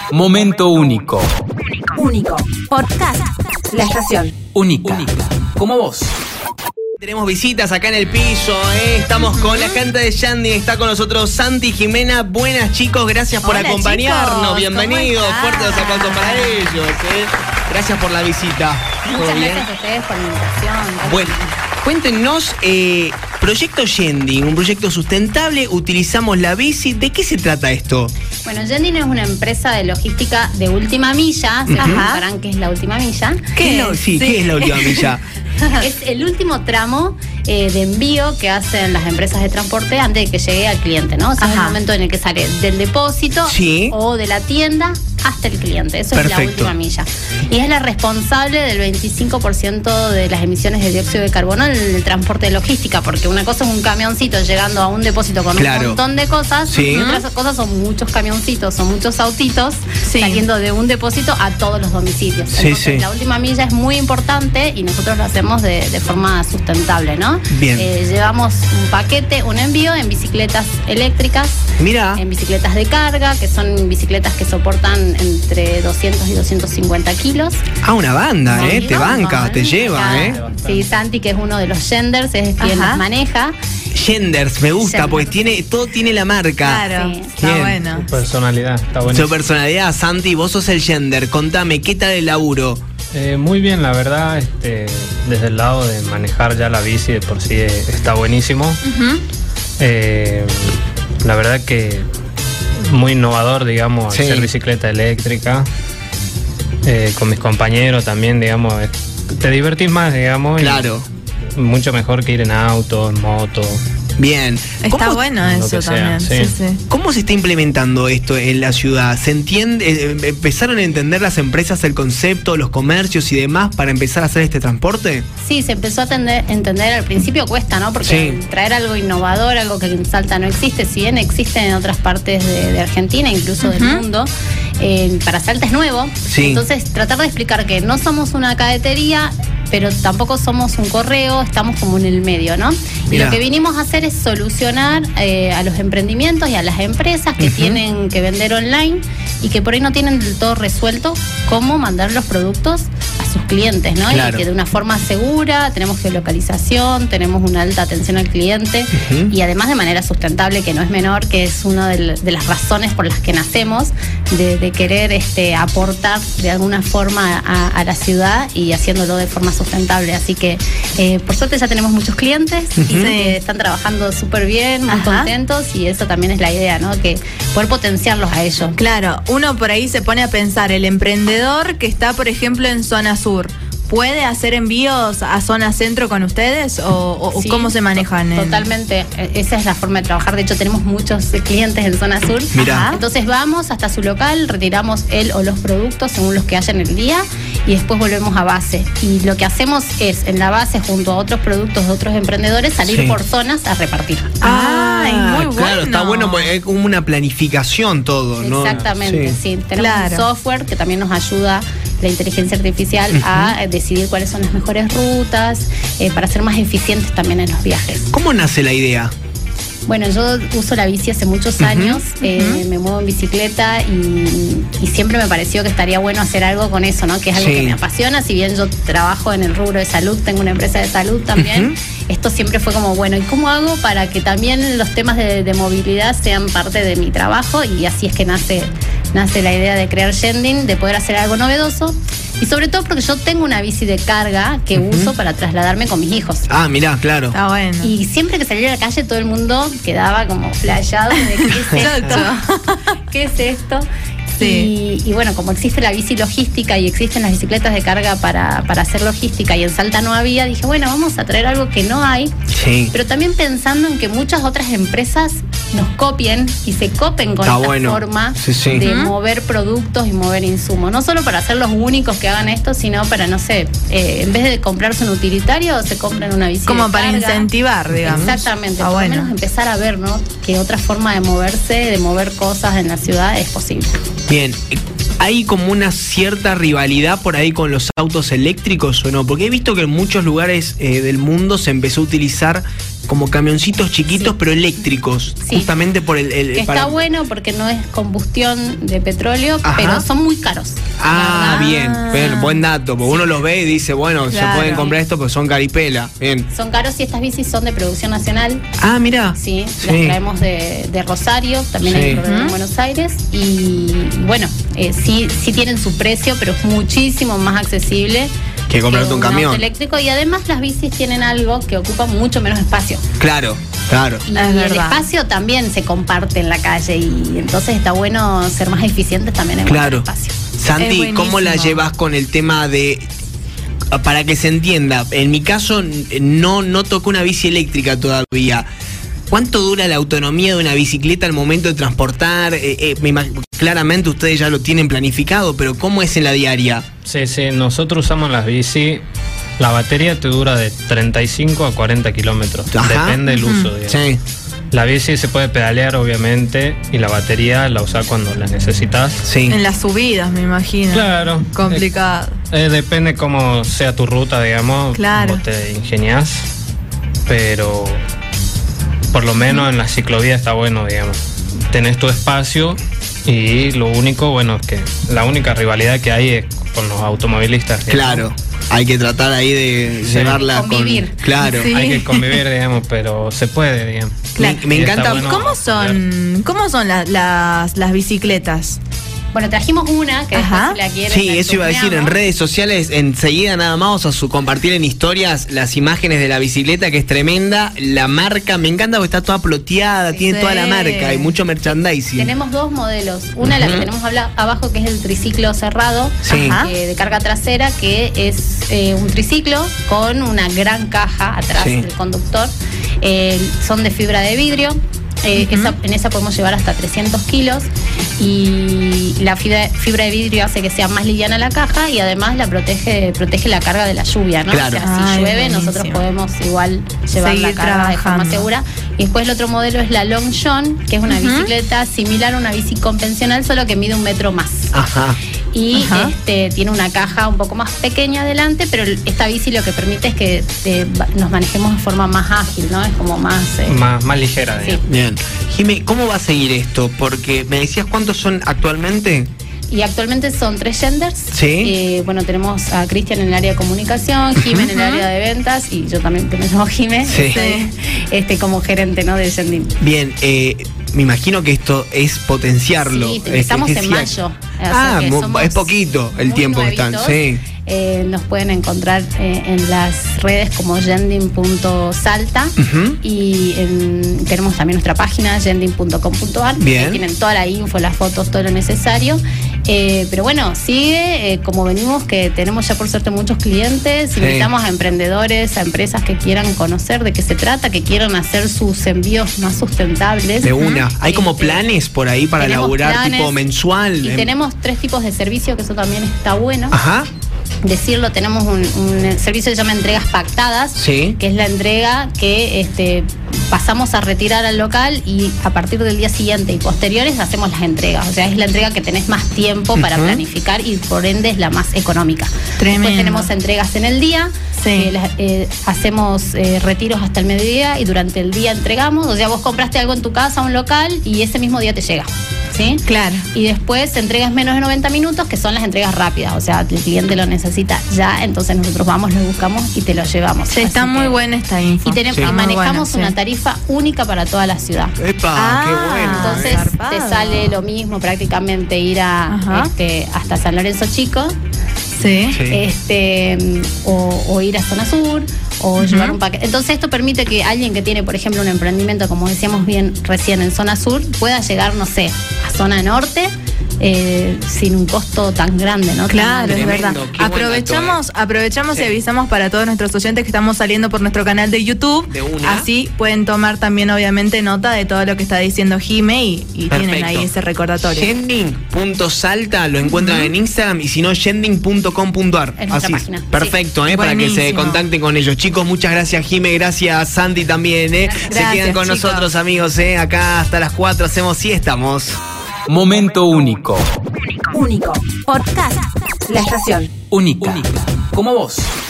Momento único. Único. Podcast. La estación. Única. Como vos. Tenemos visitas acá en el piso, Estamos con la gente de Yandy. Está con nosotros Santi y Jimena. Buenas, chicos, gracias por Hola, acompañarnos. chicos, Bienvenidos, fuertes los aplausos para ellos, Gracias por la visita. Muchas gracias a ustedes por la invitación. Bueno, cuéntenos, Proyecto Yandy, un proyecto sustentable, utilizamos la bici. ¿De qué se trata esto? Bueno, Yandy es una empresa de logística de última milla. Se preguntarán qué es la última milla. ¿Qué es la última milla? Es el último tramo de envío que hacen las empresas de transporte antes de que llegue al cliente, ¿no? O sea, es el momento en el que sale del depósito o de la tienda hasta el cliente. Eso es la última milla. Y es la responsable del 25% de las emisiones de dióxido de carbono en el transporte de logística, porque una cosa es un camioncito llegando a un depósito con un montón de cosas, y otras cosas son muchos camioncitos, son muchos autitos saliendo de un depósito a todos los domicilios. Entonces, la última milla es muy importante y nosotros lo hacemos de forma sustentable, ¿no? Bien. Llevamos un paquete, un envío en bicicletas eléctricas, en bicicletas de carga, que son bicicletas que soportan entre 200 y 250 kilos. Ah, una banda, te banca, te lleva, Sí, Santi, que es uno de los genders, es quien los maneja. Genders, me gusta, porque todo tiene la marca. Claro, está bueno. Su personalidad, está bueno. Su personalidad, Santi, vos sos el gender. Contame, ¿qué tal el laburo? Muy bien, la verdad, desde el lado de manejar ya la bici de por sí está buenísimo. La verdad que muy innovador, digamos, hacer bicicleta eléctrica. Con mis compañeros también, digamos, te divertís más, digamos. Claro. Mucho mejor que ir en auto, en moto. Bien. Está bueno eso también. Sí. ¿Cómo se está implementando esto en la ciudad? ¿Se entiende? ¿Empezaron a entender las empresas el concepto, los comercios y demás para empezar a hacer este transporte? Sí, se empezó a entender. Al principio cuesta, ¿no? Porque traer algo innovador, algo que en Salta no existe, si bien existe en otras partes de Argentina, incluso del mundo, para Salta es nuevo. Entonces, tratar de explicar que no somos una cadetería, pero tampoco somos un correo, estamos como en el medio, ¿no? Y lo que vinimos a hacer es solucionar a los emprendimientos y a las empresas que tienen que vender online y que por ahí no tienen del todo resuelto cómo mandar los productos a sus clientes, ¿no? Y que de una forma segura, tenemos geolocalización, tenemos una alta atención al cliente y además de manera sustentable, que no es menor, que es una de las razones por las que nacemos, de querer aportar de alguna forma a la ciudad y haciéndolo de forma sustentable. Así que por suerte ya tenemos muchos clientes que están trabajando súper bien, muy contentos, y eso también es la idea, ¿no? Que poder potenciarlos a ellos. Claro, uno por ahí se pone a pensar, el emprendedor que está, por ejemplo, en zona sur, ¿puede hacer envíos a zona centro con ustedes o cómo se manejan? Totalmente, esa es la forma de trabajar. De hecho, tenemos muchos clientes en zona sur. Entonces vamos hasta su local, retiramos él o los productos según los que haya en el día y después volvemos a base. Y lo que hacemos es, en la base, junto a otros productos de otros emprendedores, salir por zonas a repartir. Muy bueno. Claro, está bueno porque es como una planificación todo, ¿no? Exactamente, Tenemos un software que también nos ayuda, la inteligencia artificial, a decidir cuáles son las mejores rutas, para ser más eficientes también en los viajes. ¿Cómo nace la idea? Bueno, yo uso la bici hace muchos años, me muevo en bicicleta y siempre me pareció que estaría bueno hacer algo con eso, ¿no? Que es algo que me apasiona. Si bien yo trabajo en el rubro de salud, tengo una empresa de salud también, esto siempre fue como, bueno, ¿y cómo hago para que también los temas de movilidad sean parte de mi trabajo? Y así es que nace la idea de crear Yandy, de poder hacer algo novedoso. Y sobre todo porque yo tengo una bici de carga que uso para trasladarme con mis hijos. Ah, mirá, claro. Está bueno. Y siempre que salía a la calle todo el mundo quedaba como flayado de ¿qué es esto? ¿Qué es esto? Y bueno, como existe la bici logística y existen las bicicletas de carga para hacer logística y en Salta no había, dije, bueno, vamos a traer algo que no hay, pero también pensando en que muchas otras empresas nos copien y se copen con esta forma de mover productos y mover insumos. No solo para ser los únicos que hagan esto, sino para, no sé, en vez de comprarse un utilitario, se compren una bici como de para carga. Incentivar, digamos. Exactamente. Por lo menos empezar a ver, ¿no? Que otra forma de moverse, de mover cosas en la ciudad es posible. Bien, ¿hay como una cierta rivalidad por ahí con los autos eléctricos o no? Porque he visto que en muchos lugares del mundo se empezó a utilizar como camioncitos chiquitos, Sí. pero eléctricos, Sí. justamente por el Que está bueno porque no es combustión de petróleo, Ajá. pero son muy caros. Ah, La verdad, bien, bien, buen dato, porque uno los ve y dice, bueno, Claro. se pueden comprar esto, pues son caripela, bien. son caros y estas bicis son de producción nacional. Ah, mira. Sí, las traemos de Rosario, también Sí. hay problema en Buenos Aires. Y bueno, sí tienen su precio, pero es muchísimo más accesible Que comprarte un camión. auto eléctrico. Y además las bicis tienen algo que ocupa mucho menos espacio. Claro, claro. Y Es el verdad. espacio también se comparte en la calle y entonces está bueno ser más eficientes también en Claro. cuanto al espacio. Santi, Es ¿cómo la buenísimo. llevas con el tema de... Para que se entienda, en mi caso no tocó una bici eléctrica todavía. ¿Cuánto dura la autonomía de una bicicleta al momento de transportar? Claramente ustedes ya lo tienen planificado, pero ¿cómo es en la diaria? Sí, nosotros usamos las bici. La batería te dura de 35 a 40 kilómetros. Ajá. Depende del uso, digamos. Sí, La bici se puede pedalear, obviamente, y la batería la usás cuando la necesitas. sí. En las subidas, me imagino. Claro. Complicado. Depende cómo sea tu ruta, digamos. Claro. Vos te ingeniás. Pero por lo menos en la ciclovía está bueno, digamos. Tenés tu espacio y lo único, bueno, es que la única rivalidad que hay es con los automovilistas. digamos. Claro, hay que tratar ahí de Sí. llevarla Convivir. con... Claro. Sí. Hay que convivir, digamos, pero se puede, digamos. Me Y está encanta... bueno ¿Cómo son las bicicletas? Bueno, trajimos una que Ajá. después si la quieren. Sí, la eso iba a decir, en chusmeamos. redes sociales enseguida nada más vamos a compartir en historias las imágenes de la bicicleta, que es tremenda. La marca, me encanta porque está toda ploteada, tiene Sí. toda la marca, hay mucho merchandising. Tenemos dos modelos. Una, la que tenemos abajo, que es el triciclo cerrado, Sí. de carga trasera, que es un triciclo con una gran caja atrás Sí. del conductor. Son de fibra de vidrio. En esa podemos llevar hasta 300 kilos y la fibra de vidrio hace que sea más liviana la caja y además la protege la carga de la lluvia, ¿no? Claro. O sea, si Ay, llueve, buenísimo. nosotros podemos igual llevar Seguir la carga de forma trabajando. segura. Y después el otro modelo es la Long John, que es una bicicleta similar a una bici convencional, solo que mide 1 metro más. Ajá. Y Ajá. tiene una caja un poco más pequeña adelante, pero esta bici lo que permite es que nos manejemos de forma más ágil, ¿no? Es como más... Más ligera, sí. digamos. Bien. Jimé, ¿cómo va a seguir esto? Porque me decías cuántos son actualmente. Y actualmente son 3 genders. Sí. Bueno, tenemos a Cristian en el área de comunicación, Jimé en el área de ventas y yo también, que me llamo Jimé, Sí. como gerente, ¿no? de Gending. Bien, me imagino que esto es potenciarlo. Sí, estamos en sí, mayo. O Ah, sea que somos es poquito el muy tiempo que están. nuevitos. Sí. Nos pueden encontrar en las redes como gending.salta y tenemos también nuestra página gending.com.ar. Bien. Ahí tienen toda la info, las fotos, todo lo necesario. Pero bueno, sigue como venimos, que tenemos ya por suerte muchos clientes. Sí. Invitamos a emprendedores, a empresas que quieran conocer de qué se trata, que quieran hacer sus envíos más sustentables. De una. ¿Hay como planes por ahí para Tenemos laburar planes tipo mensual? Y tenemos 3 tipos de servicio, que eso también está bueno. Ajá. Decirlo, tenemos un servicio que se llama entregas pactadas, Sí. que es la entrega que pasamos a retirar al local y a partir del día siguiente y posteriores hacemos las entregas. O sea, es la entrega que tenés más tiempo para planificar y por ende es la más económica. Tremendo. Después tenemos entregas en el día, Sí. hacemos retiros hasta el mediodía y durante el día entregamos. O sea, vos compraste algo en tu casa, un local, y ese mismo día te llega. ¿Sí? Claro. Y después entregas menos de 90 minutos, que son las entregas rápidas. O sea, el cliente lo necesita ya, entonces nosotros vamos, lo buscamos y te lo llevamos. Sí, está Así muy que- buena esta info. Y, tenemos, Sí. y Está muy manejamos buena, una sí. tarifa única para toda la ciudad. ¡Epa! Ah, ¡Qué bueno! Entonces zarpado. te sale lo mismo prácticamente ir Ajá. hasta San Lorenzo Chico, Sí. Sí. o ir a Zona Sur, o llevar un paquete. Entonces esto permite que alguien que tiene, por ejemplo, un emprendimiento, como decíamos bien recién, en Zona Sur, pueda llegar, no sé, a Zona Norte, sin un costo tan grande, ¿no? Claro, es Tremendo, verdad. qué buen Aprovechamos Sí. y avisamos para todos nuestros oyentes que estamos saliendo por nuestro canal de YouTube. De una. Así pueden tomar también, obviamente, nota de todo lo que está diciendo Jime y tienen Perfecto. ahí ese recordatorio. Gending.salta lo encuentran en Instagram y si no, gending.com.ar. Es nuestra página, sí. Perfecto, para que se Buenísimo. contacten con ellos. Chicos, muchas gracias, Jime. Gracias, Santi, también. Se Gracias, quedan con chicos. nosotros, amigos. Acá hasta las 4 hacemos siesta, estamos. Momento único. Único. Podcast. La estación. Única. Como vos.